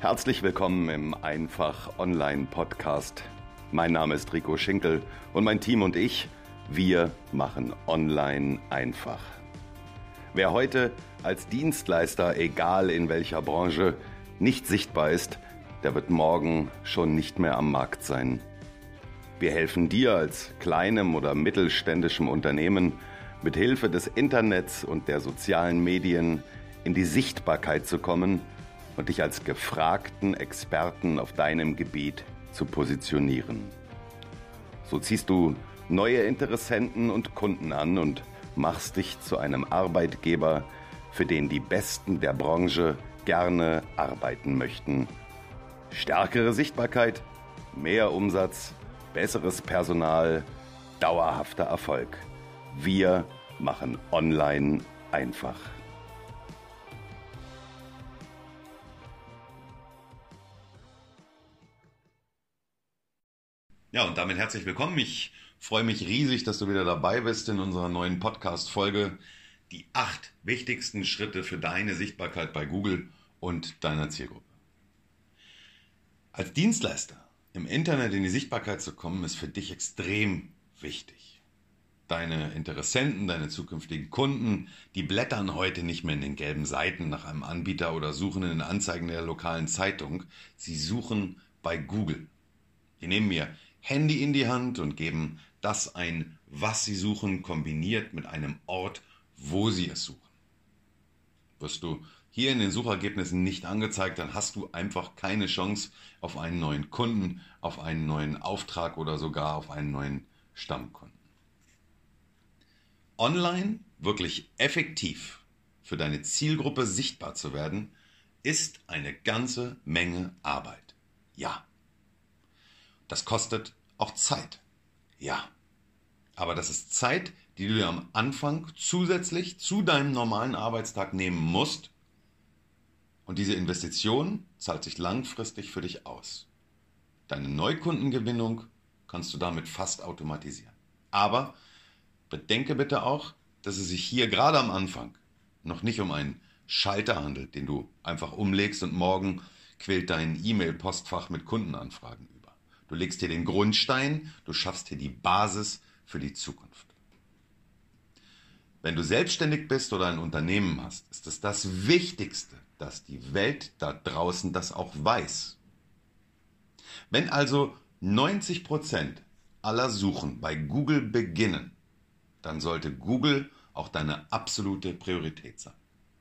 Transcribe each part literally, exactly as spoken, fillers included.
Herzlich willkommen im Einfach Online Podcast. Mein Name ist Rico Schinkel und mein Team und ich, wir machen online einfach. Wer heute als Dienstleister, egal in welcher Branche, nicht sichtbar ist, der wird morgen schon nicht mehr am Markt sein. Wir helfen dir als kleinem oder mittelständischem Unternehmen mit Hilfe des Internets und der sozialen Medien in die Sichtbarkeit zu kommen und dich als gefragten Experten auf deinem Gebiet zu positionieren. So ziehst du neue Interessenten und Kunden an und machst dich zu einem Arbeitgeber, für den die Besten der Branche gerne arbeiten möchten. Stärkere Sichtbarkeit, mehr Umsatz, besseres Personal, dauerhafter Erfolg. Wir machen online einfach. Ja, und damit herzlich willkommen. Ich freue mich riesig, dass du wieder dabei bist in unserer neuen Podcast-Folge. Die acht wichtigsten Schritte für deine Sichtbarkeit bei Google und deiner Zielgruppe. Als Dienstleister im Internet in die Sichtbarkeit zu kommen, ist für dich extrem wichtig. Deine Interessenten, deine zukünftigen Kunden, die blättern heute nicht mehr in den gelben Seiten nach einem Anbieter oder suchen in den Anzeigen der lokalen Zeitung. Sie suchen bei Google. Die nehmen ihr Handy in die Hand und geben das ein, was sie suchen, kombiniert mit einem Ort, wo sie es suchen. Wirst du hier in den Suchergebnissen nicht angezeigt, dann hast du einfach keine Chance auf einen neuen Kunden, auf einen neuen Auftrag oder sogar auf einen neuen Stammkunden. Online wirklich effektiv für deine Zielgruppe sichtbar zu werden, ist eine ganze Menge Arbeit. Ja. Das kostet auch Zeit. Ja. Aber das ist Zeit, die du dir am Anfang zusätzlich zu deinem normalen Arbeitstag nehmen musst. Und diese Investition zahlt sich langfristig für dich aus. Deine Neukundengewinnung kannst du damit fast automatisieren. Aber bedenke bitte auch, dass es sich hier gerade am Anfang noch nicht um einen Schalter handelt, den du einfach umlegst und morgen quillt dein E-Mail-Postfach mit Kundenanfragen über. Du legst hier den Grundstein, du schaffst hier die Basis für die Zukunft. Wenn du selbstständig bist oder ein Unternehmen hast, ist es das Wichtigste, dass die Welt da draußen das auch weiß. Wenn also neunzig Prozent aller Suchen bei Google beginnen, dann sollte Google auch deine absolute Priorität sein.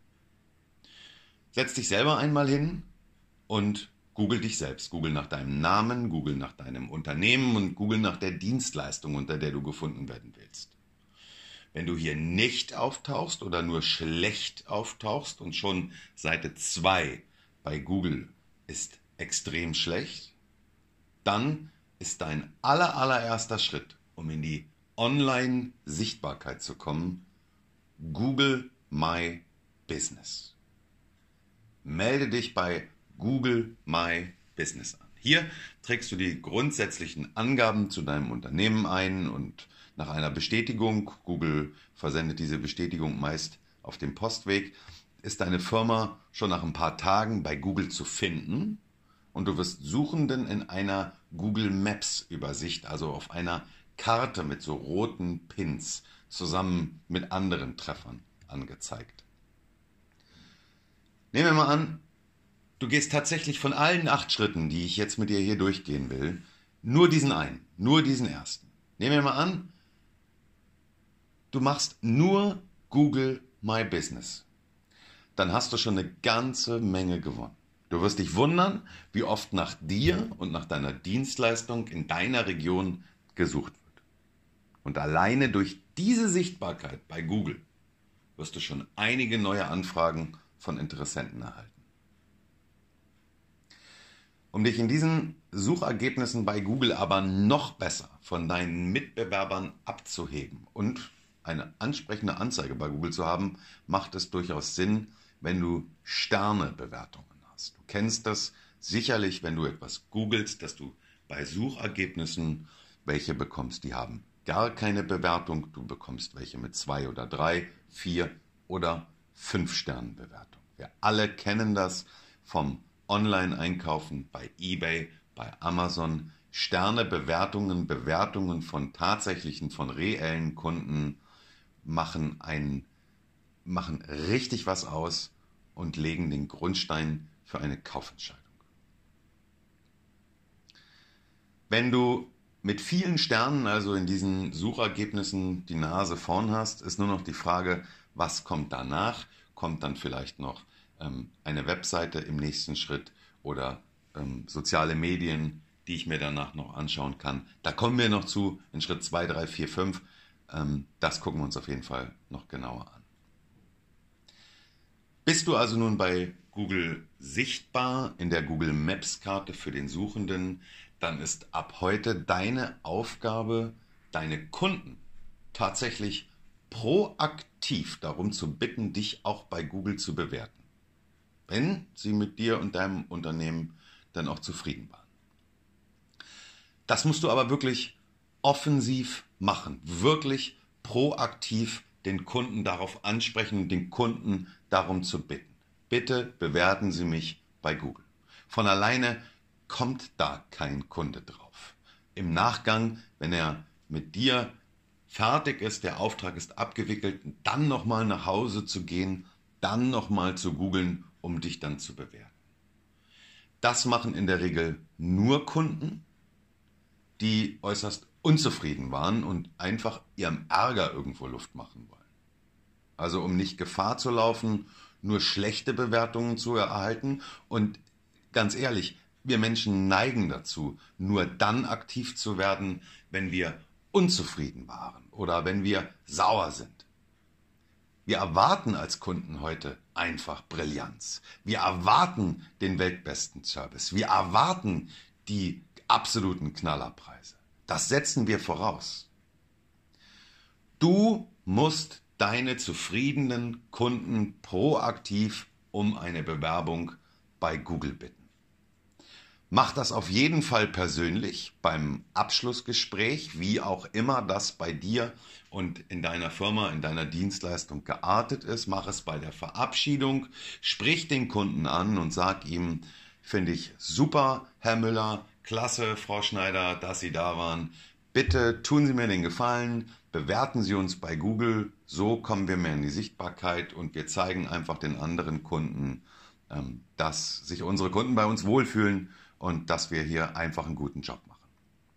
Setz dich selber einmal hin und Google dich selbst. Google nach deinem Namen, Google nach deinem Unternehmen und Google nach der Dienstleistung, unter der du gefunden werden willst. Wenn du hier nicht auftauchst oder nur schlecht auftauchst und schon Seite zwei bei Google ist extrem schlecht, dann ist dein aller, allererster Schritt, um in die Online-Sichtbarkeit zu kommen, Google My Business. Melde dich bei Google My Business an. Hier trägst du die grundsätzlichen Angaben zu deinem Unternehmen ein und nach einer Bestätigung, Google versendet diese Bestätigung meist auf dem Postweg, ist deine Firma schon nach ein paar Tagen bei Google zu finden und du wirst Suchenden in einer Google Maps Übersicht, also auf einer Karte mit so roten Pins, zusammen mit anderen Treffern angezeigt. Nehmen wir mal an, du gehst tatsächlich von allen acht Schritten, die ich jetzt mit dir hier durchgehen will, nur diesen einen, nur diesen ersten. Nehmen wir mal an, du machst nur Google My Business. Dann hast du schon eine ganze Menge gewonnen. Du wirst dich wundern, wie oft nach dir und nach deiner Dienstleistung in deiner Region gesucht wird. Und alleine durch diese Sichtbarkeit bei Google wirst du schon einige neue Anfragen von Interessenten erhalten. Um dich in diesen Suchergebnissen bei Google aber noch besser von deinen Mitbewerbern abzuheben und eine ansprechende Anzeige bei Google zu haben, macht es durchaus Sinn, wenn du Sternebewertungen hast. Du kennst das sicherlich, wenn du etwas googelst, dass du bei Suchergebnissen welche bekommst, die haben gar keine Bewertung. Du bekommst welche mit zwei oder drei, vier oder fünf Sternen Bewertung. Wir alle kennen das vom online einkaufen, bei eBay, bei Amazon, Sternebewertungen, Bewertungen von tatsächlichen, von reellen Kunden machen, ein, machen richtig was aus und legen den Grundstein für eine Kaufentscheidung. Wenn du mit vielen Sternen, also in diesen Suchergebnissen, die Nase vorn hast, ist nur noch die Frage, was kommt danach? Kommt dann vielleicht noch ähm, eine Webseite im nächsten Schritt oder ähm, soziale Medien, die ich mir danach noch anschauen kann. Da kommen wir noch zu in Schritt zwei, drei, vier, fünf. Ähm, das gucken wir uns auf jeden Fall noch genauer an. Bist du also nun bei Google sichtbar in der Google Maps Karte für den Suchenden, dann ist ab heute deine Aufgabe, deine Kunden tatsächlich proaktiv darum zu bitten, dich auch bei Google zu bewerten, wenn sie mit dir und deinem Unternehmen dann auch zufrieden waren. Das musst du aber wirklich offensiv machen, wirklich proaktiv den Kunden darauf ansprechen und den Kunden darum zu bitten. Bitte bewerten Sie mich bei Google. Von alleine kommt da kein Kunde drauf. Im Nachgang, wenn er mit dir fertig ist, der Auftrag ist abgewickelt, dann nochmal nach Hause zu gehen, dann nochmal zu googeln, um dich dann zu bewerten. Das machen in der Regel nur Kunden, die äußerst unzufrieden waren und einfach ihrem Ärger irgendwo Luft machen wollen. Also um nicht Gefahr zu laufen, nur schlechte Bewertungen zu erhalten. Und ganz ehrlich, wir Menschen neigen dazu, nur dann aktiv zu werden, wenn wir unzufrieden waren oder wenn wir sauer sind. Wir erwarten als Kunden heute einfach Brillanz. Wir erwarten den weltbesten Service. Wir erwarten die absoluten Knallerpreise. Das setzen wir voraus. Du musst deine zufriedenen Kunden proaktiv um eine Bewerbung bei Google bitten. Mach das auf jeden Fall persönlich beim Abschlussgespräch, wie auch immer das bei dir und in deiner Firma, in deiner Dienstleistung geartet ist. Mach es bei der Verabschiedung, sprich den Kunden an und sag ihm, finde ich super, Herr Müller, klasse, Frau Schneider, dass Sie da waren. Bitte tun Sie mir den Gefallen, bewerten Sie uns bei Google, so kommen wir mehr in die Sichtbarkeit und wir zeigen einfach den anderen Kunden, dass sich unsere Kunden bei uns wohlfühlen und dass wir hier einfach einen guten Job machen.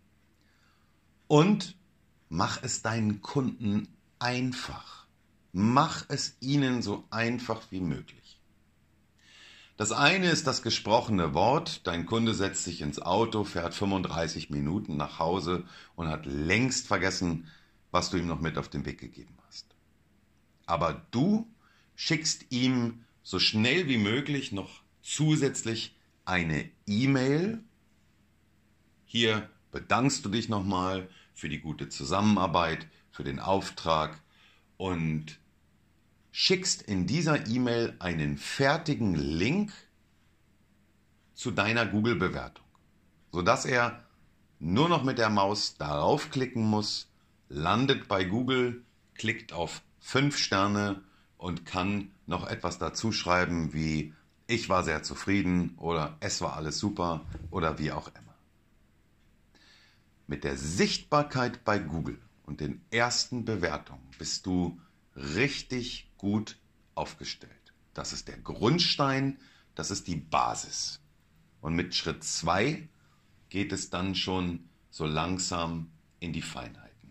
Und mach es deinen Kunden einfach. Mach es ihnen so einfach wie möglich. Das eine ist das gesprochene Wort. Dein Kunde setzt sich ins Auto, fährt fünfunddreißig Minuten nach Hause und hat längst vergessen, was du ihm noch mit auf den Weg gegeben hast. Aber du schickst ihm so schnell wie möglich noch zusätzlich eine E-Mail. Hier bedankst du dich nochmal für die gute Zusammenarbeit, für den Auftrag und schickst in dieser E-Mail einen fertigen Link zu deiner Google-Bewertung, sodass er nur noch mit der Maus darauf klicken muss, landet bei Google, klickt auf fünf Sterne und kann noch etwas dazu schreiben wie ich war sehr zufrieden oder es war alles super oder wie auch immer. Mit der Sichtbarkeit bei Google und den ersten Bewertungen bist du richtig gut aufgestellt. Das ist der Grundstein, das ist die Basis. Und mit Schritt zwei geht es dann schon so langsam in die Feinheiten.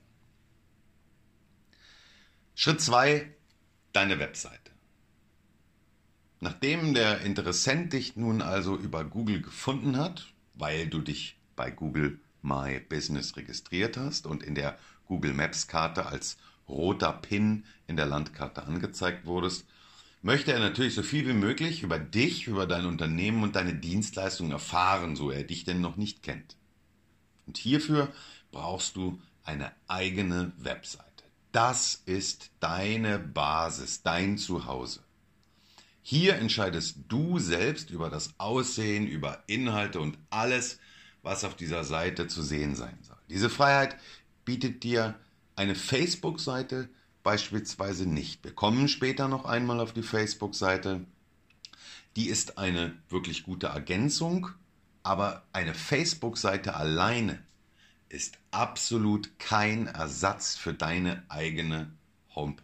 Schritt zwei, deine Webseite. Nachdem der Interessent dich nun also über Google gefunden hat, weil du dich bei Google My Business registriert hast und in der Google Maps Karte als roter Pin in der Landkarte angezeigt wurdest, möchte er natürlich so viel wie möglich über dich, über dein Unternehmen und deine Dienstleistung erfahren, so er dich denn noch nicht kennt. Und hierfür brauchst du eine eigene Webseite. Das ist deine Basis, dein Zuhause. Hier entscheidest du selbst über das Aussehen, über Inhalte und alles, was auf dieser Seite zu sehen sein soll. Diese Freiheit bietet dir eine Facebook-Seite beispielsweise nicht. Wir kommen später noch einmal auf die Facebook-Seite. die ist eine wirklich gute Ergänzung, aber eine Facebook-Seite alleine ist absolut kein Ersatz für deine eigene Homepage.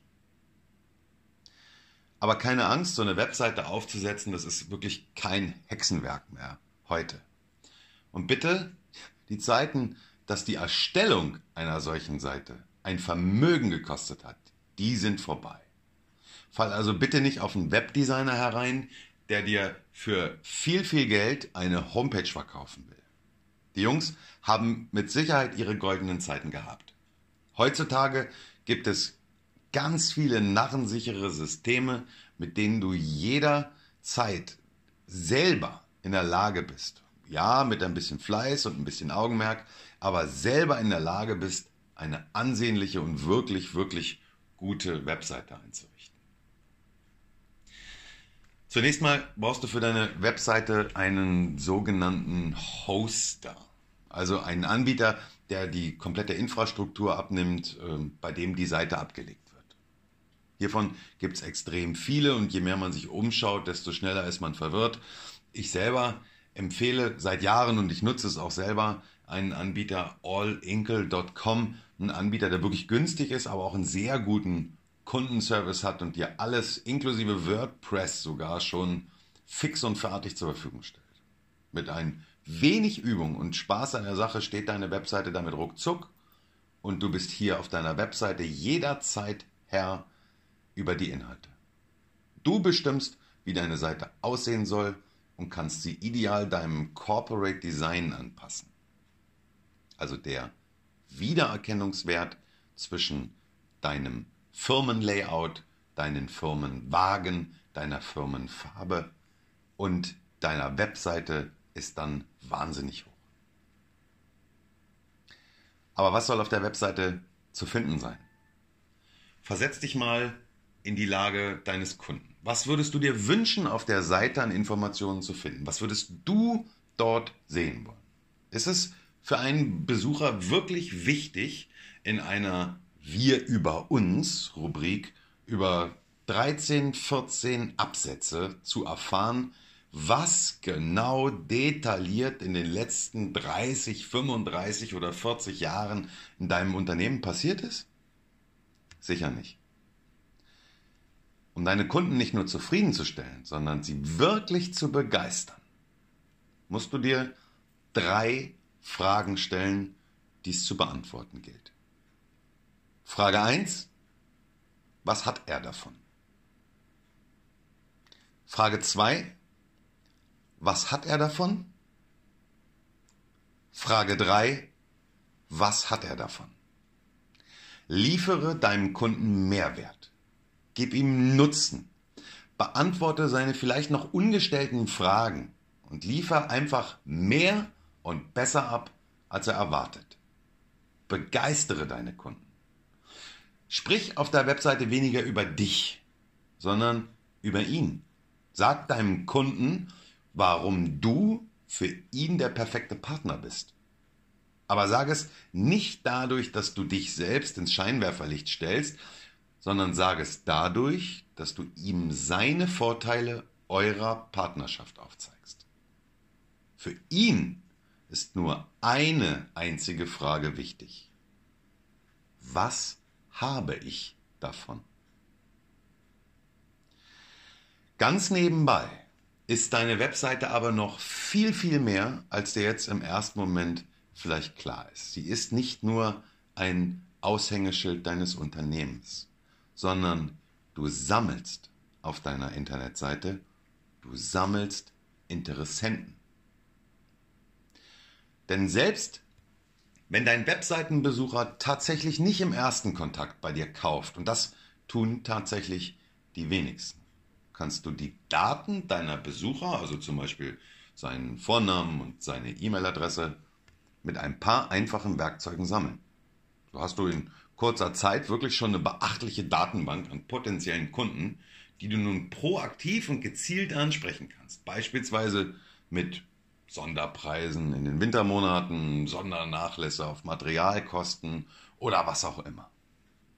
Aber keine Angst, so eine Webseite aufzusetzen, das ist wirklich kein Hexenwerk mehr heute. Und bitte, die Zeiten, dass die Erstellung einer solchen Seite ein Vermögen gekostet hat, die sind vorbei. Fall also bitte nicht auf einen Webdesigner herein, der dir für viel, viel Geld eine Homepage verkaufen will. Die Jungs haben mit Sicherheit ihre goldenen Zeiten gehabt. Heutzutage gibt es ganz viele narrensichere Systeme, mit denen du jederzeit selber in der Lage bist, ja, mit ein bisschen Fleiß und ein bisschen Augenmerk, aber selber in der Lage bist, eine ansehnliche und wirklich, wirklich gute Webseite einzurichten. Zunächst mal brauchst du für deine Webseite einen sogenannten Hoster, also einen Anbieter, der die komplette Infrastruktur abnimmt, bei dem die Seite abgelegt wird. Hiervon gibt es extrem viele und je mehr man sich umschaut, desto schneller ist man verwirrt. Ich selber empfehle seit Jahren und ich nutze es auch selber einen Anbieter all inkle punkt com, ein Anbieter, der wirklich günstig ist, aber auch einen sehr guten Kundenservice hat und dir alles inklusive WordPress sogar schon fix und fertig zur Verfügung stellt. Mit ein wenig Übung und Spaß an der Sache steht deine Webseite damit ruckzuck und du bist hier auf deiner Webseite jederzeit Herr über die Inhalte. Du bestimmst, wie deine Seite aussehen soll und kannst sie ideal deinem Corporate Design anpassen. Also der Wiedererkennungswert zwischen deinem Firmenlayout, deinen Firmenwagen, deiner Firmenfarbe und deiner Webseite ist dann wahnsinnig hoch. Aber was soll auf der Webseite zu finden sein? Versetz dich mal in die Lage deines Kunden. Was würdest du dir wünschen, auf der Seite an Informationen zu finden? Was würdest du dort sehen wollen? Ist es für einen Besucher wirklich wichtig, in einer Wir über uns Rubrik über dreizehn, vierzehn Absätze zu erfahren, was genau detailliert in den letzten dreißig, fünfunddreißig oder vierzig Jahren in deinem Unternehmen passiert ist? Sicher nicht. Um deine Kunden nicht nur zufriedenzustellen, sondern sie wirklich zu begeistern, musst du dir drei Fragen stellen, die es zu beantworten gilt. Frage eins: Was hat er davon? Frage zwei: Was hat er davon? Frage drei: Was hat er davon? Liefere deinem Kunden Mehrwert. Gib ihm Nutzen. Beantworte seine vielleicht noch ungestellten Fragen und liefere einfach mehr und besser ab, als er erwartet. Begeistere deine Kunden. Sprich auf der Webseite weniger über dich, sondern über ihn. Sag deinem Kunden, warum du für ihn der perfekte Partner bist. Aber sag es nicht dadurch, dass du dich selbst ins Scheinwerferlicht stellst, sondern sag es dadurch, dass du ihm seine Vorteile eurer Partnerschaft aufzeigst. Für ihn ist nur eine einzige Frage wichtig. Was habe ich davon? Ganz nebenbei ist deine Webseite aber noch viel, viel mehr, als dir jetzt im ersten Moment vielleicht klar ist. Sie ist nicht nur ein Aushängeschild deines Unternehmens, sondern du sammelst auf deiner Internetseite, du sammelst Interessenten. Denn selbst wenn dein Webseitenbesucher tatsächlich nicht im ersten Kontakt bei dir kauft, und das tun tatsächlich die wenigsten, kannst du die Daten deiner Besucher, also zum Beispiel seinen Vornamen und seine E-Mail-Adresse, mit ein paar einfachen Werkzeugen sammeln. So hast du in kurzer Zeit wirklich schon eine beachtliche Datenbank an potenziellen Kunden, die du nun proaktiv und gezielt ansprechen kannst. Beispielsweise mit Sonderpreisen in den Wintermonaten, Sondernachlässe auf Materialkosten oder was auch immer.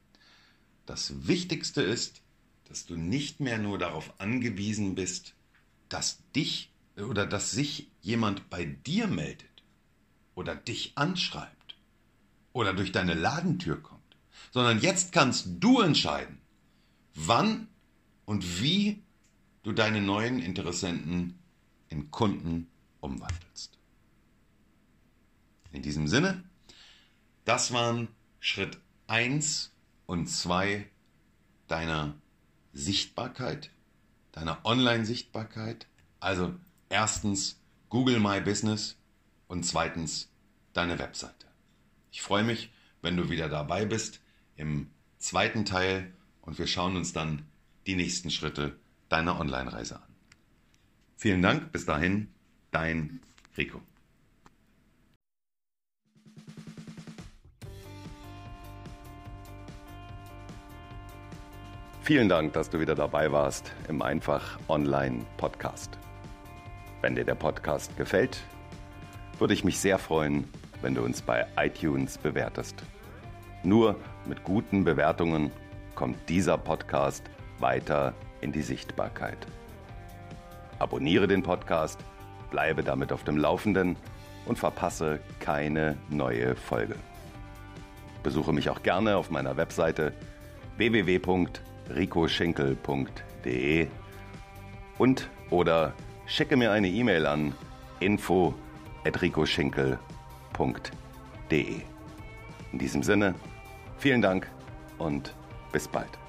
Das Wichtigste ist, dass du nicht mehr nur darauf angewiesen bist, dass dich oder dass sich jemand bei dir meldet oder dich anschreibt oder durch deine Ladentür kommt, sondern jetzt kannst du entscheiden, wann und wie du deine neuen Interessenten in Kunden umwandelst. In diesem Sinne, das waren Schritt eins und zwei deiner Sichtbarkeit, deiner Online-Sichtbarkeit. Also erstens Google My Business und zweitens deine Webseite. Ich freue mich, wenn du wieder dabei bist im zweiten Teil und wir schauen uns dann die nächsten Schritte deiner Online-Reise an. Vielen Dank, bis dahin, dein Rico. Vielen Dank, dass du wieder dabei warst im Einfach Online Podcast. Wenn dir der Podcast gefällt, würde ich mich sehr freuen, wenn du uns bei iTunes bewertest. Nur mit guten Bewertungen kommt dieser Podcast weiter in die Sichtbarkeit. Abonniere den Podcast, bleibe damit auf dem Laufenden und verpasse keine neue Folge. Besuche mich auch gerne auf meiner Webseite w w w punkt rico schinkel punkt d e und oder schicke mir eine E-Mail an info at rico schinkel punkt d e. In diesem Sinne, vielen Dank und bis bald.